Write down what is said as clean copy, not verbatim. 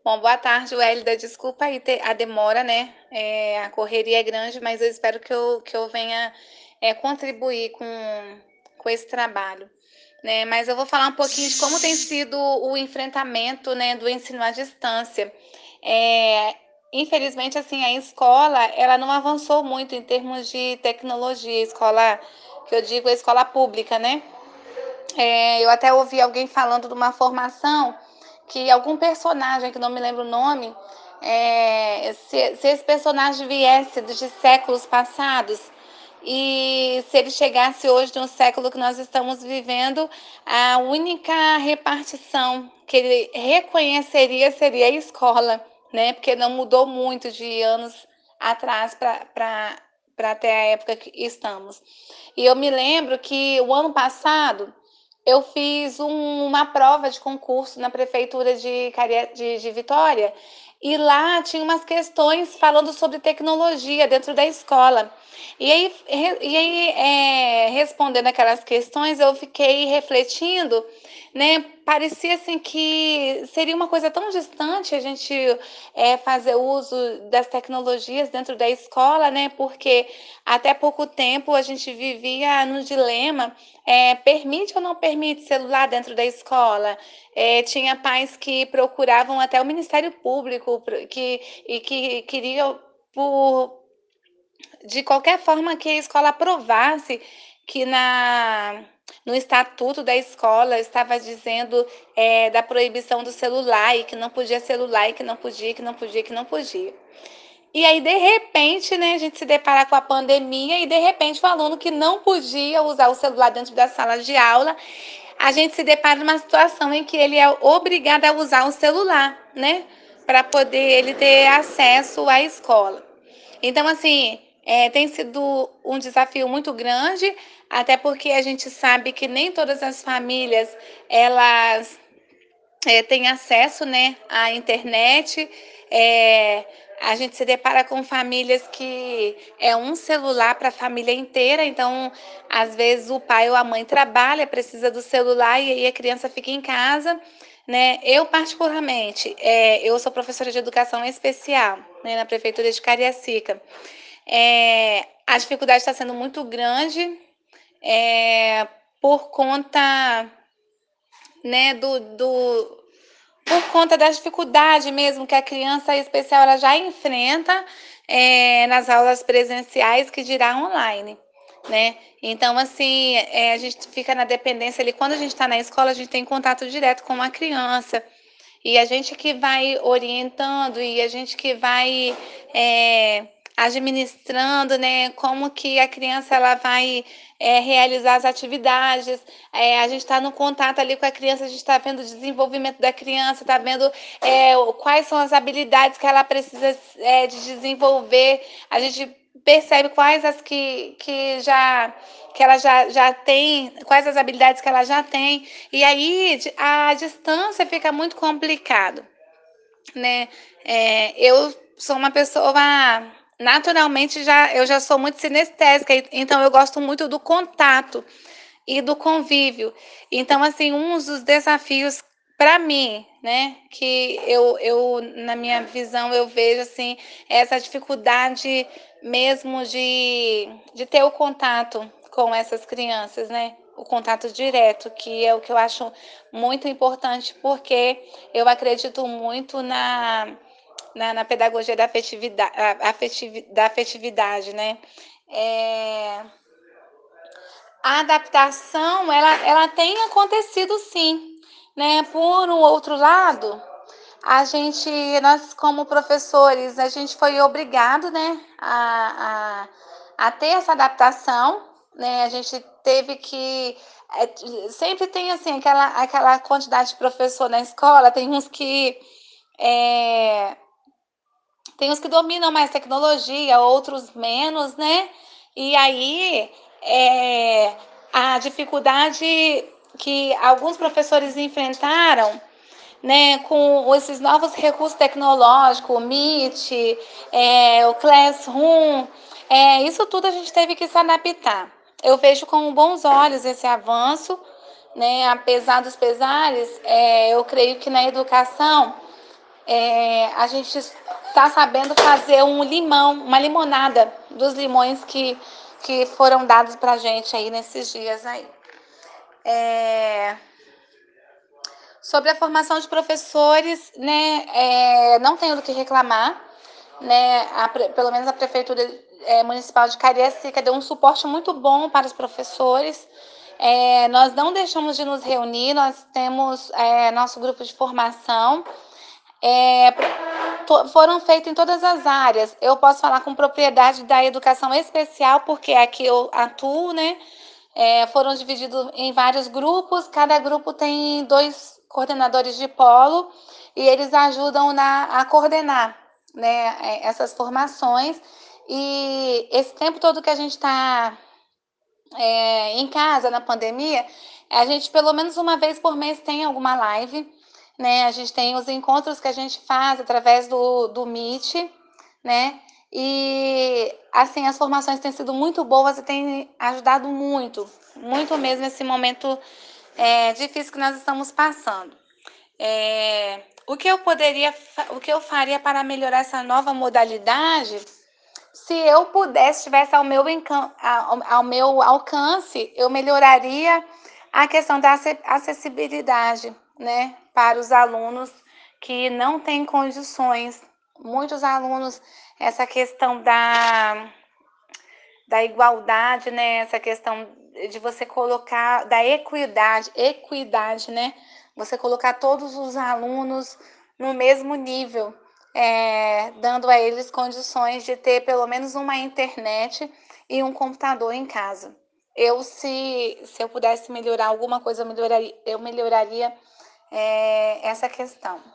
Bom, boa tarde, Wélida. Desculpa aí a demora, né? A correria é grande, mas eu espero que eu venha contribuir com esse trabalho, né? Mas eu vou falar um pouquinho de como tem sido o enfrentamento, né, do ensino à distância. É, Infelizmente, assim, a escola, ela não avançou muito em termos de tecnologia, escola, que eu digo, a escola pública, né? Eu até ouvi alguém falando de uma formação que algum personagem, que não me lembro o nome, se esse personagem viesse de séculos passados e se ele chegasse hoje no século que nós estamos vivendo, a única repartição que ele reconheceria seria a escola, né? Porque não mudou muito de anos atrás para até a época que estamos. E eu me lembro que o ano passado eu fiz uma prova de concurso na prefeitura de Vitória e lá tinha umas questões falando sobre tecnologia dentro da escola. Respondendo aquelas questões, eu fiquei refletindo, né? Parecia assim que seria uma coisa tão distante a gente fazer uso das tecnologias dentro da escola, né? Porque até pouco tempo a gente vivia no dilema: permite ou não permite celular dentro da escola? Tinha pais que procuravam até o Ministério Público que queriam de qualquer forma que a escola aprovasse que no estatuto da escola estava dizendo da proibição do celular e que não podia celular e que não podia, que não podia, que não podia. E aí, de repente, né, a gente se depara com a pandemia e, de repente, o aluno que não podia usar o celular dentro da sala de aula, a gente se depara numa situação em que ele é obrigado a usar o celular, né, para poder ele ter acesso à escola. Então, assim, tem sido um desafio muito grande, até porque a gente sabe que nem todas as famílias, elas têm acesso, né, à internet. É, a gente se depara com famílias que é um celular para a família inteira, então, às vezes, o pai ou a mãe trabalha, precisa do celular e aí a criança fica em casa, né? Eu, particularmente, eu sou professora de educação especial, né, na prefeitura de Cariacica. A dificuldade está sendo muito grande, por conta, né, por conta da dificuldade mesmo que a criança especial ela já enfrenta nas aulas presenciais, que dirá online, né? Então, assim, a gente fica na dependência ali. Quando a gente está na escola, a gente tem contato direto com a criança. E a gente que vai orientando e a gente que vai administrando, né, como que a criança ela vai realizar as atividades. A gente está no contato ali com a criança, a gente está vendo o desenvolvimento da criança, está vendo quais são as habilidades que ela precisa de desenvolver. A gente percebe quais as que ela já tem, quais as habilidades que ela já tem, e aí a distância fica muito complicado, né? Eu sou uma pessoa naturalmente eu já sou muito sinestésica, então eu gosto muito do contato e do convívio. Então, assim, um dos desafios para mim, né, que eu, na minha visão, eu vejo, assim, essa dificuldade mesmo de ter o contato com essas crianças, né, o contato direto, que é o que eu acho muito importante, porque eu acredito muito na pedagogia da afetividade, né. É, a adaptação, ela tem acontecido sim, né? Por um outro lado, nós como professores, a gente foi obrigado, né, a ter essa adaptação, né? A gente teve que sempre tem assim aquela quantidade de professor na escola, é, tem uns que dominam mais tecnologia, outros menos, né? E aí, a dificuldade que alguns professores enfrentaram, né, com esses novos recursos tecnológicos, o Meet, o Classroom, isso tudo a gente teve que se adaptar. Eu vejo com bons olhos esse avanço, né? Apesar dos pesares, eu creio que na educação A gente está sabendo fazer um limão, uma limonada dos limões que foram dados para a gente aí nesses dias aí. Sobre a formação de professores, né, não tenho do que reclamar, né, pelo menos a Prefeitura Municipal de Cariacica deu um suporte muito bom para os professores. Nós não deixamos de nos reunir, nós temos nosso grupo de formação, é, foram feitos em todas as áreas. Eu posso falar com propriedade da educação especial, porque aqui eu atuo, né? Foram divididos em vários grupos, cada grupo tem 2 coordenadores de polo e eles ajudam a coordenar, né, essas formações. E esse tempo todo que a gente está em casa, na pandemia, a gente pelo menos uma vez por mês tem alguma live, né? A gente tem os encontros que a gente faz através do Meet, né? E assim, as formações têm sido muito boas e têm ajudado muito, muito mesmo nesse momento difícil que nós estamos passando. O que eu faria para melhorar essa nova modalidade? Se eu pudesse, estivesse ao meu alcance, eu melhoraria a questão da acessibilidade, né, para os alunos que não têm condições. Muitos alunos, essa questão da igualdade, né, essa questão de você colocar, da equidade, né, você colocar todos os alunos no mesmo nível, dando a eles condições de ter pelo menos uma internet e um computador em casa. Se eu pudesse melhorar alguma coisa, eu melhoraria essa questão.